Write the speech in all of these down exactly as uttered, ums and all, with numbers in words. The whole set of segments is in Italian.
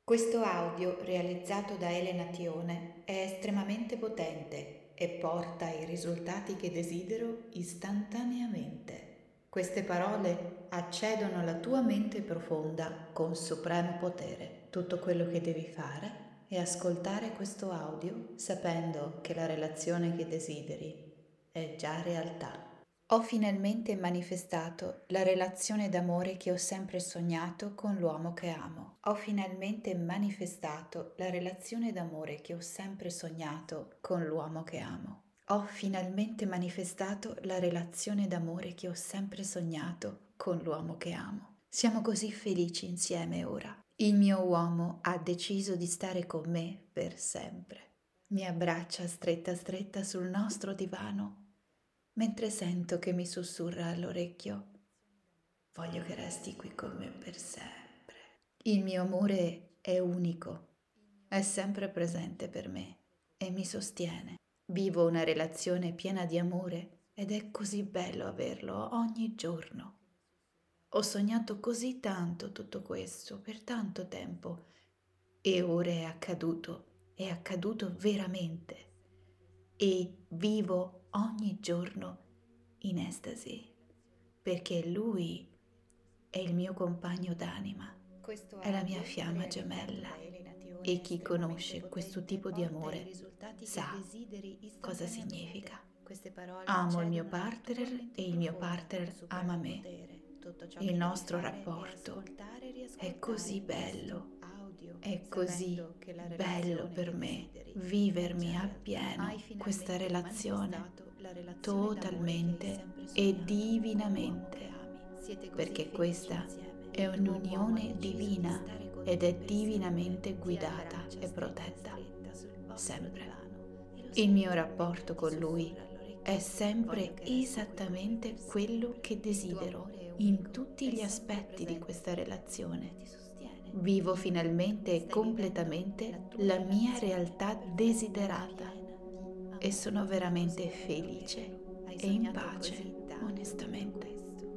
Questo audio, realizzato da Elena Tione, è estremamente potente e porta i risultati che desidero istantaneamente. Queste parole accedono alla tua mente profonda con supremo potere. Tutto quello che devi fare è ascoltare questo audio sapendo che la relazione che desideri è già realtà. Ho finalmente manifestato la relazione d'amore che ho sempre sognato con l'uomo che amo. Ho finalmente manifestato la relazione d'amore che ho sempre sognato con l'uomo che amo. Ho finalmente manifestato la relazione d'amore che ho sempre sognato con l'uomo che amo. Siamo così felici insieme ora. Il mio uomo ha deciso di stare con me per sempre. Mi abbraccia stretta stretta sul nostro divano mentre sento che mi sussurra all'orecchio: voglio che resti qui con me per sempre. Il mio amore è unico, è sempre presente per me e mi sostiene. Vivo una relazione piena di amore ed è così bello averlo ogni giorno. Ho sognato così tanto tutto questo per tanto tempo e ora è accaduto, è accaduto veramente e vivo ogni giorno in estasi, perché lui è il mio compagno d'anima, è la mia fiamma gemella e chi conosce questo tipo di amore sa cosa significa. Amo il mio partner e il mio partner ama me. Il nostro rapporto è così bello, è così bello per me vivermi appieno questa relazione totalmente e divinamente, perché questa è un'unione divina ed è divinamente guidata e protetta, sempre. Il mio rapporto con lui è sempre esattamente quello che desidero in tutti gli aspetti di questa relazione. Vivo finalmente e completamente la mia realtà desiderata e sono veramente felice e in pace, onestamente.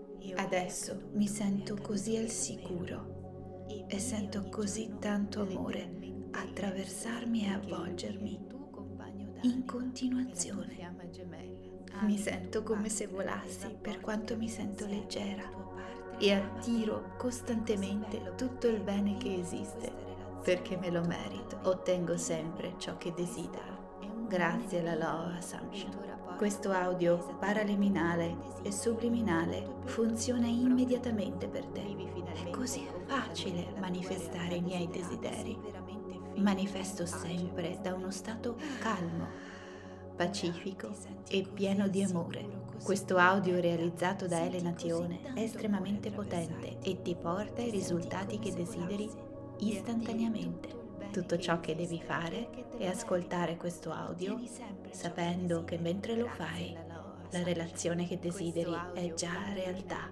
Adesso mi sento così al sicuro e sento così tanto amore attraversarmi e avvolgermi in continuazione. Mi sento come se volassi per quanto mi sento leggera e attiro costantemente tutto il bene che esiste perché me lo merito. Ottengo sempre ciò che desidero. Grazie alla Law Assumption. Questo audio paraliminale e subliminale funziona immediatamente per te. È così facile manifestare i miei desideri. Manifesto sempre da uno stato calmo, pacifico e pieno di amore. Questo audio realizzato da Elena Tione è estremamente potente e ti porta ai risultati che desideri istantaneamente. Tutto ciò che devi fare è ascoltare questo audio sapendo che mentre lo fai la relazione che desideri è già realtà.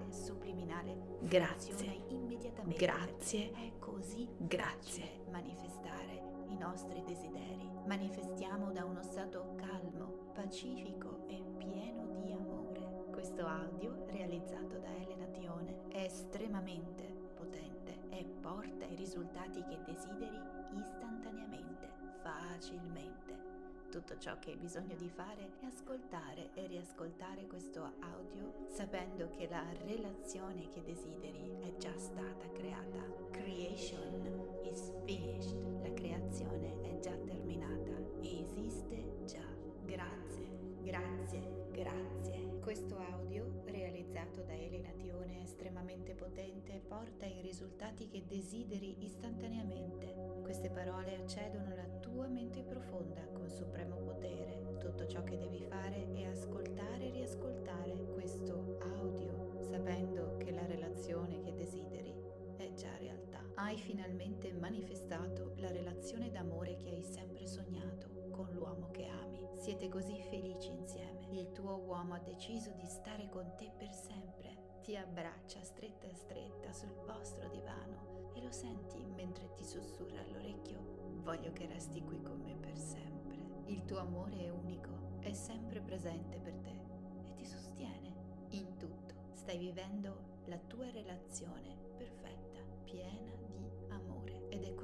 Grazie, grazie, grazie. Manifestare i nostri desideri. Manifestiamo da uno stato calmo, pacifico e pieno di amore. Questo audio, realizzato da Elena Tione, è estremamente potente e porta i risultati che desideri istantaneamente, facilmente. Tutto ciò che hai bisogno di fare è ascoltare e riascoltare questo audio sapendo che la relazione che desideri è già stata creata. Creation is finished. La creazione è già terminata e esiste già. Grazie, grazie, grazie. Questo audio, realizzato da Elena Tione, è estremamente potente e porta i risultati che desideri istantaneamente. Queste parole accedono alla tua mente profonda con supremo potere. Tutto ciò che devi fare è ascoltare e riascoltare questo audio, sapendo che la relazione che desideri è già realtà. Hai finalmente manifestato la relazione d'amore che hai sempre sognato con l'uomo che ami. Siete così felici insieme. Il tuo uomo ha deciso di stare con te per sempre. Ti abbraccia stretta stretta sul vostro divano e lo senti mentre ti sussurra all'orecchio: voglio che resti qui con me per sempre. Il tuo amore è unico, è sempre presente per te e ti sostiene in tutto. Stai vivendo la tua relazione perfetta, piena di amore ed è così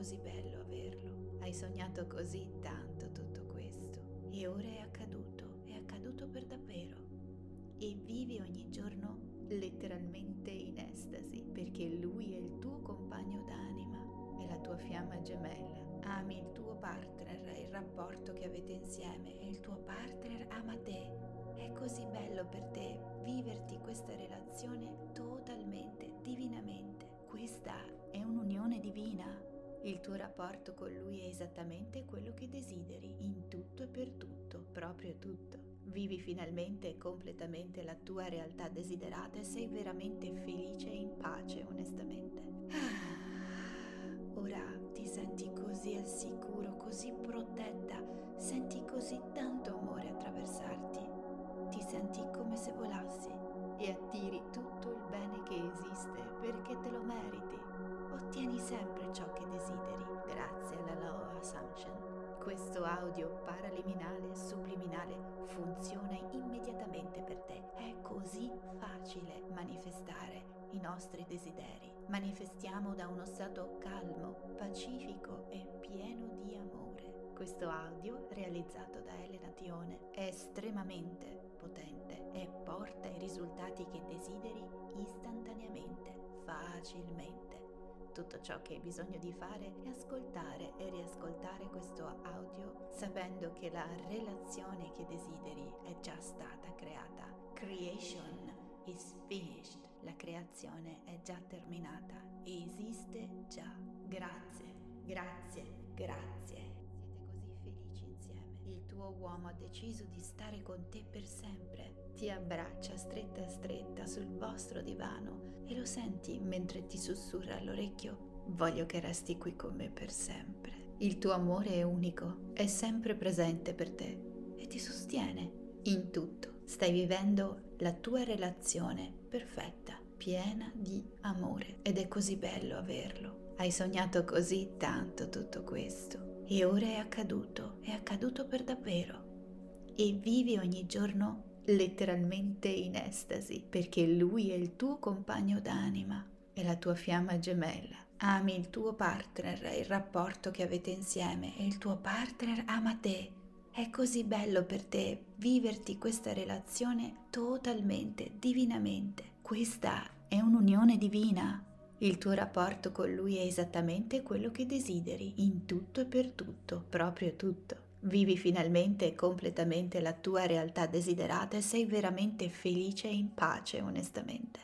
così bello averlo. Hai sognato così tanto tutto questo e ora è accaduto, è accaduto per davvero. E vivi ogni giorno letteralmente in estasi perché lui è il tuo compagno d'anima, è la tua fiamma gemella. Ami il tuo partner, il rapporto che avete insieme e il tuo partner ama te. È così bello per te viverti questa relazione totalmente, divinamente. Questa è un'unione divina. Il tuo rapporto con lui è esattamente quello che desideri, in tutto e per tutto, proprio tutto. Vivi finalmente e completamente la tua realtà desiderata e sei veramente felice e in pace, onestamente. Ora ti senti così al sicuro, così protetta, senti così tanto amore attraversarti. Ti senti come se volassi e attiri tutto il bene che esiste perché te lo meriti. Ottieni sempre ciò che desideri grazie alla Law Assumption. Questo audio paraliminale subliminale funziona immediatamente per te. È così facile manifestare i nostri desideri. Manifestiamo da uno stato calmo, pacifico e pieno di amore. Questo audio, realizzato da Elena Tione, è estremamente potente e porta i risultati che desideri istantaneamente, facilmente. Tutto ciò che hai bisogno di fare è ascoltare e riascoltare questo audio sapendo che la relazione che desideri è già stata creata. Creation is finished. La creazione è già terminata, esiste già. Grazie, grazie, grazie. Siete così felici insieme. Il tuo uomo ha deciso di stare con te per sempre. Ti abbraccia stretta stretta sul vostro divano e lo senti mentre ti sussurra all'orecchio: voglio che resti qui con me per sempre. Il tuo amore è unico, è sempre presente per te e ti sostiene in tutto. Stai vivendo la tua relazione perfetta, piena di amore ed è così bello averlo. Hai sognato così tanto tutto questo e ora è accaduto, è accaduto per davvero. E vivi ogni giorno letteralmente in estasi perché lui è il tuo compagno d'anima, è la tua fiamma gemella. Ami il tuo partner, il rapporto che avete insieme e il tuo partner ama te. È così bello per te viverti questa relazione totalmente, divinamente. Questa è un'unione divina. Il tuo rapporto con lui è esattamente quello che desideri, in tutto e per tutto, proprio tutto. Vivi finalmente e completamente la tua realtà desiderata e sei veramente felice e in pace, onestamente.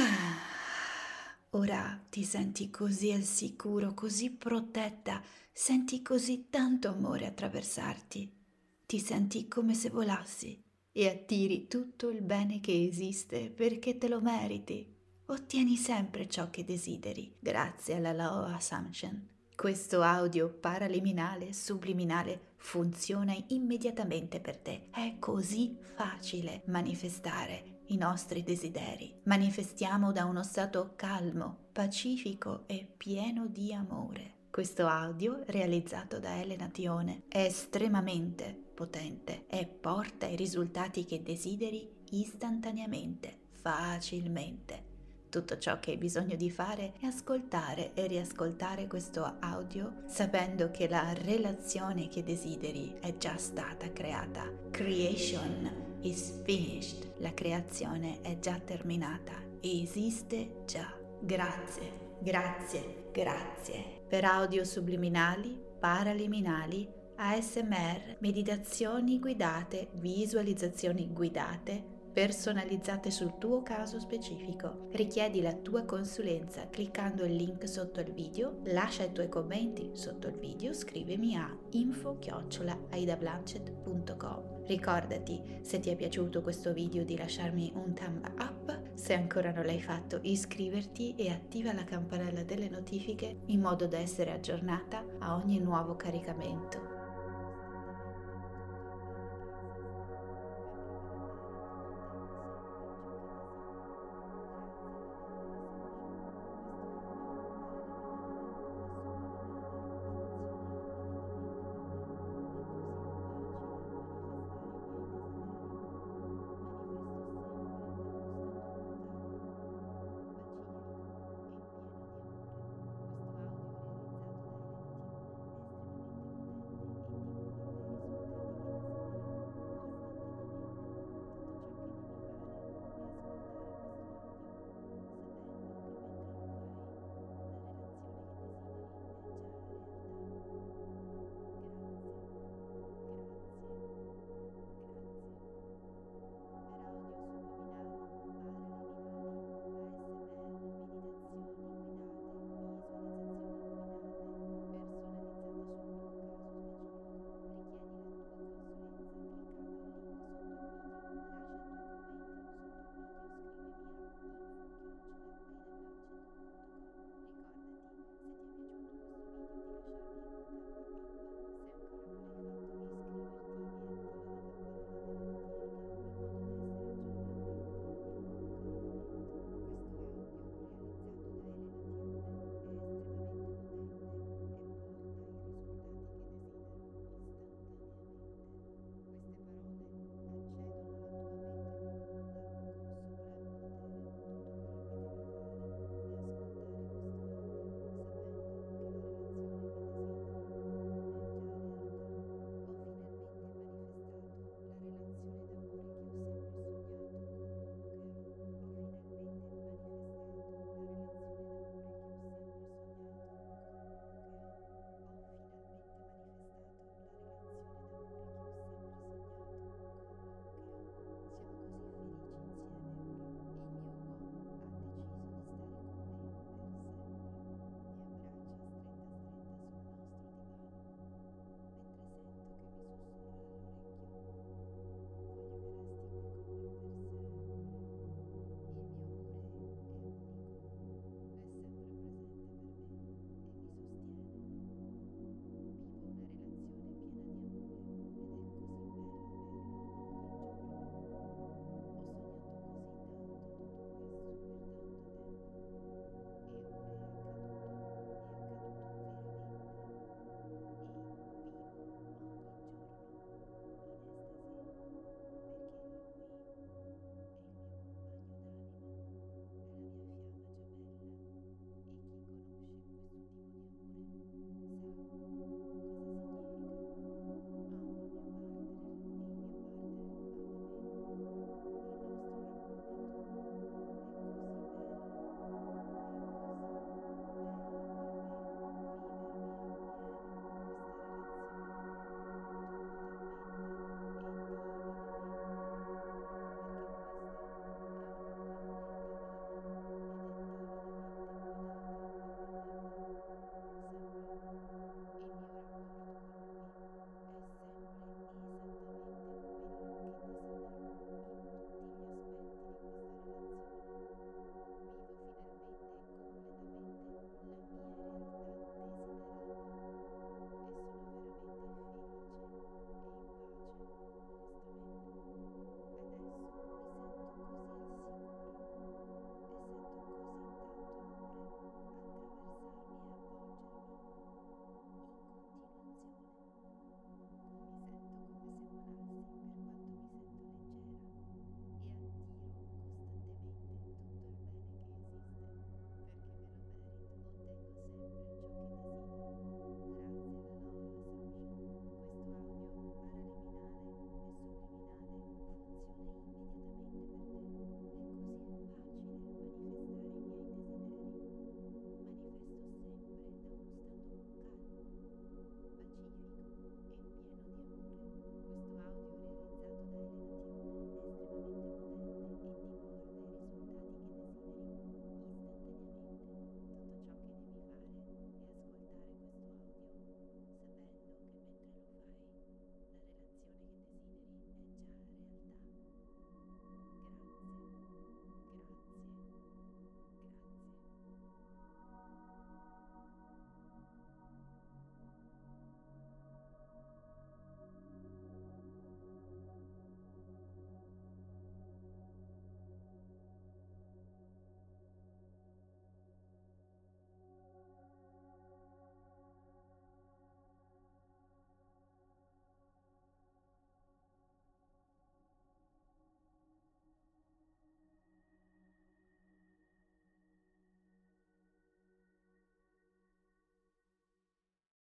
Ora ti senti così al sicuro, così protetta, senti così tanto amore attraversarti. Ti senti come se volassi e attiri tutto il bene che esiste perché te lo meriti. Ottieni sempre ciò che desideri grazie alla Law Assumption. Questo audio paraliminale subliminale funziona immediatamente per te. È così facile manifestare i nostri desideri. Manifestiamo da uno stato calmo, pacifico e pieno di amore. Questo audio, realizzato da Elena Tione, è estremamente potente e porta i risultati che desideri istantaneamente, facilmente. Tutto ciò che hai bisogno di fare è ascoltare e riascoltare questo audio sapendo che la relazione che desideri è già stata creata. Creation is finished. La creazione è già terminata, esiste già. Grazie, grazie, grazie. Per audio subliminali, paraliminali, A S M R, meditazioni guidate, visualizzazioni guidate, personalizzate sul tuo caso specifico. Richiedi la tua consulenza cliccando il link sotto il video, lascia i tuoi commenti sotto il video, scrivimi a info chiocciola aida blanchett punto com. Ricordati, se ti è piaciuto questo video, di lasciarmi un thumb up, se ancora non l'hai fatto iscriverti e attiva la campanella delle notifiche in modo da essere aggiornata a ogni nuovo caricamento.